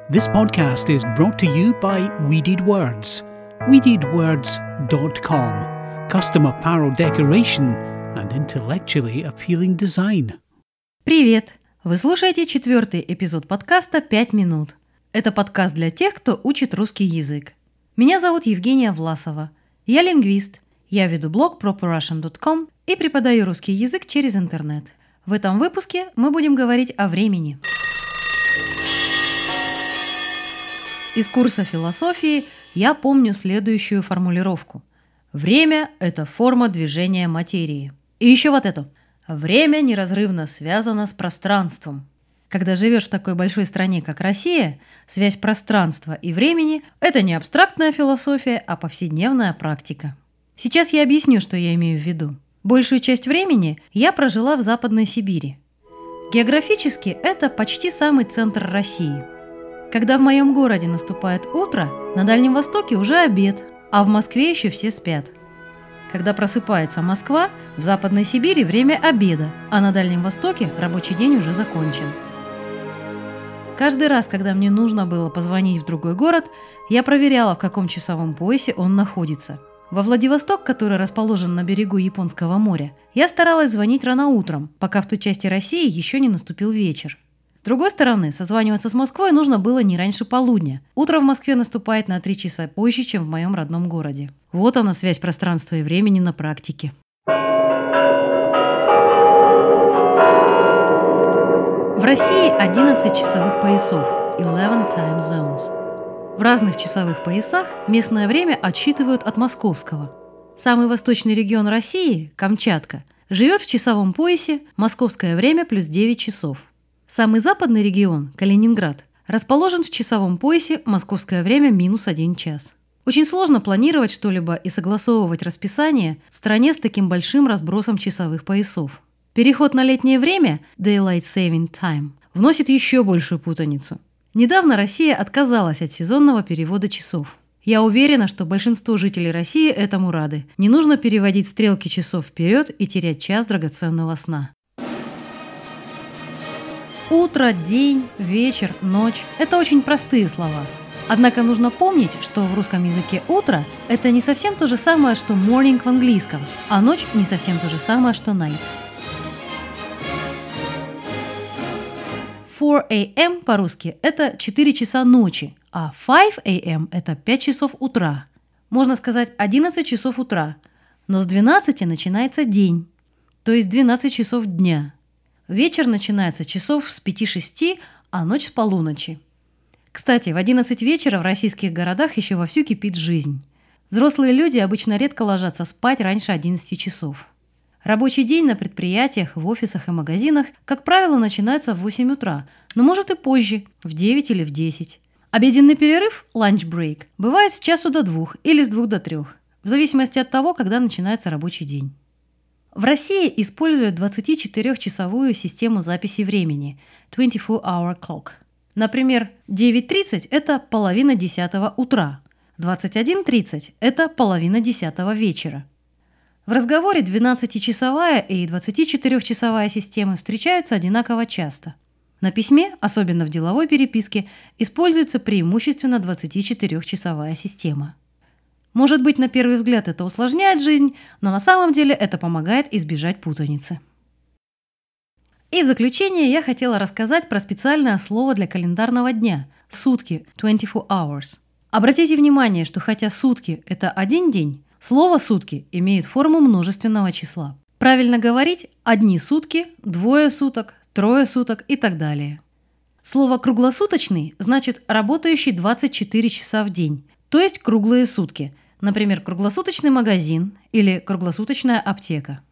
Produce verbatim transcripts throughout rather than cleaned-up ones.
This podcast is brought to you by We Did Words. we did words dot com. Custom apparel decoration and intellectually appealing design. Привет! Вы слушаете четвертый эпизод подкаста «Пять минут». Это подкаст для тех, кто учит русский язык. Меня зовут Евгения Власова. Я лингвист. Я веду блог proper russian dot com и преподаю русский язык через интернет. В этом выпуске мы будем говорить о времени. Из курса философии я помню следующую формулировку. Время – это форма движения материи. И еще вот эту. Время неразрывно связано с пространством. Когда живешь в такой большой стране, как Россия, связь пространства и времени – это не абстрактная философия, а повседневная практика. Сейчас я объясню, что я имею в виду. Большую часть времени я прожила в Западной Сибири. Географически это почти самый центр России. Когда в моем городе наступает утро, на Дальнем Востоке уже обед, а в Москве еще все спят. Когда просыпается Москва, в Западной Сибири время обеда, а на Дальнем Востоке рабочий день уже закончен. Каждый раз, когда мне нужно было позвонить в другой город, я проверяла, в каком часовом поясе он находится. Во Владивосток, который расположен на берегу Японского моря, я старалась звонить рано утром, пока в той части России еще не наступил вечер. С другой стороны, созваниваться с Москвой нужно было не раньше полудня. Утро в Москве наступает на три часа позже, чем в моем родном городе. Вот она, связь пространства и времени на практике. В России одиннадцать часовых поясов – eleven time zones. В разных часовых поясах местное время отсчитывают от московского. Самый восточный регион России – Камчатка – живет в часовом поясе московское время плюс девять часов. Самый западный регион, Калининград, расположен в часовом поясе московское время минус один час. Очень сложно планировать что-либо и согласовывать расписание в стране с таким большим разбросом часовых поясов. Переход на летнее время, Daylight Saving Time, вносит еще большую путаницу. Недавно Россия отказалась от сезонного перевода часов. Я уверена, что большинство жителей России этому рады. Не нужно переводить стрелки часов вперед и терять час драгоценного сна. Утро, день, вечер, ночь – это очень простые слова. Однако нужно помнить, что в русском языке утро – это не совсем то же самое, что morning в английском, а ночь не совсем то же самое, что night. four a.m. по-русски – это четыре часа ночи, а five a.m. – это пять часов утра. Можно сказать одиннадцать часов утра, но с двенадцати начинается день, то есть двенадцать часов дня. Вечер начинается часов с пяти-шести, а ночь с полуночи. Кстати, в одиннадцать вечера в российских городах еще вовсю кипит жизнь. Взрослые люди обычно редко ложатся спать раньше одиннадцати часов. Рабочий день на предприятиях, в офисах и магазинах, как правило, начинается в восемь утра, но может и позже, в девять или в десять. Обеденный перерыв, lunch break, бывает с часу до двух или с двух до трех, в зависимости от того, когда начинается рабочий день. В России используют двадцатичетырёхчасовую систему записи времени – twenty-four hour clock. Например, девять тридцать – это половина десятого утра, двадцать один тридцать – это половина десятого вечера. В разговоре двенадцатичасовая и двадцатичетырёхчасовая системы встречаются одинаково часто. На письме, особенно в деловой переписке, используется преимущественно двадцатичетырёхчасовая система. Может быть, на первый взгляд это усложняет жизнь, но на самом деле это помогает избежать путаницы. И в заключение я хотела рассказать про специальное слово для календарного дня – сутки – twenty-four hours. Обратите внимание, что хотя сутки – это один день, слово «сутки» имеет форму множественного числа. Правильно говорить – одни сутки, двое суток, трое суток и так далее. Слово «круглосуточный» значит «работающий двадцать четыре часа в день», то есть круглые сутки. Например, круглосуточный магазин или круглосуточная аптека.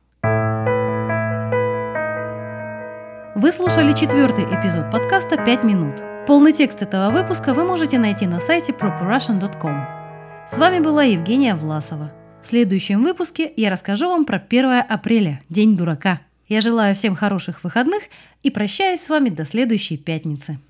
Вы слушали четвертый эпизод подкаста «Пять минут». Полный текст этого выпуска вы можете найти на сайте proper russian dot com. С вами была Евгения Власова. В следующем выпуске я расскажу вам про первое апреля, День дурака. Я желаю всем хороших выходных и прощаюсь с вами до следующей пятницы.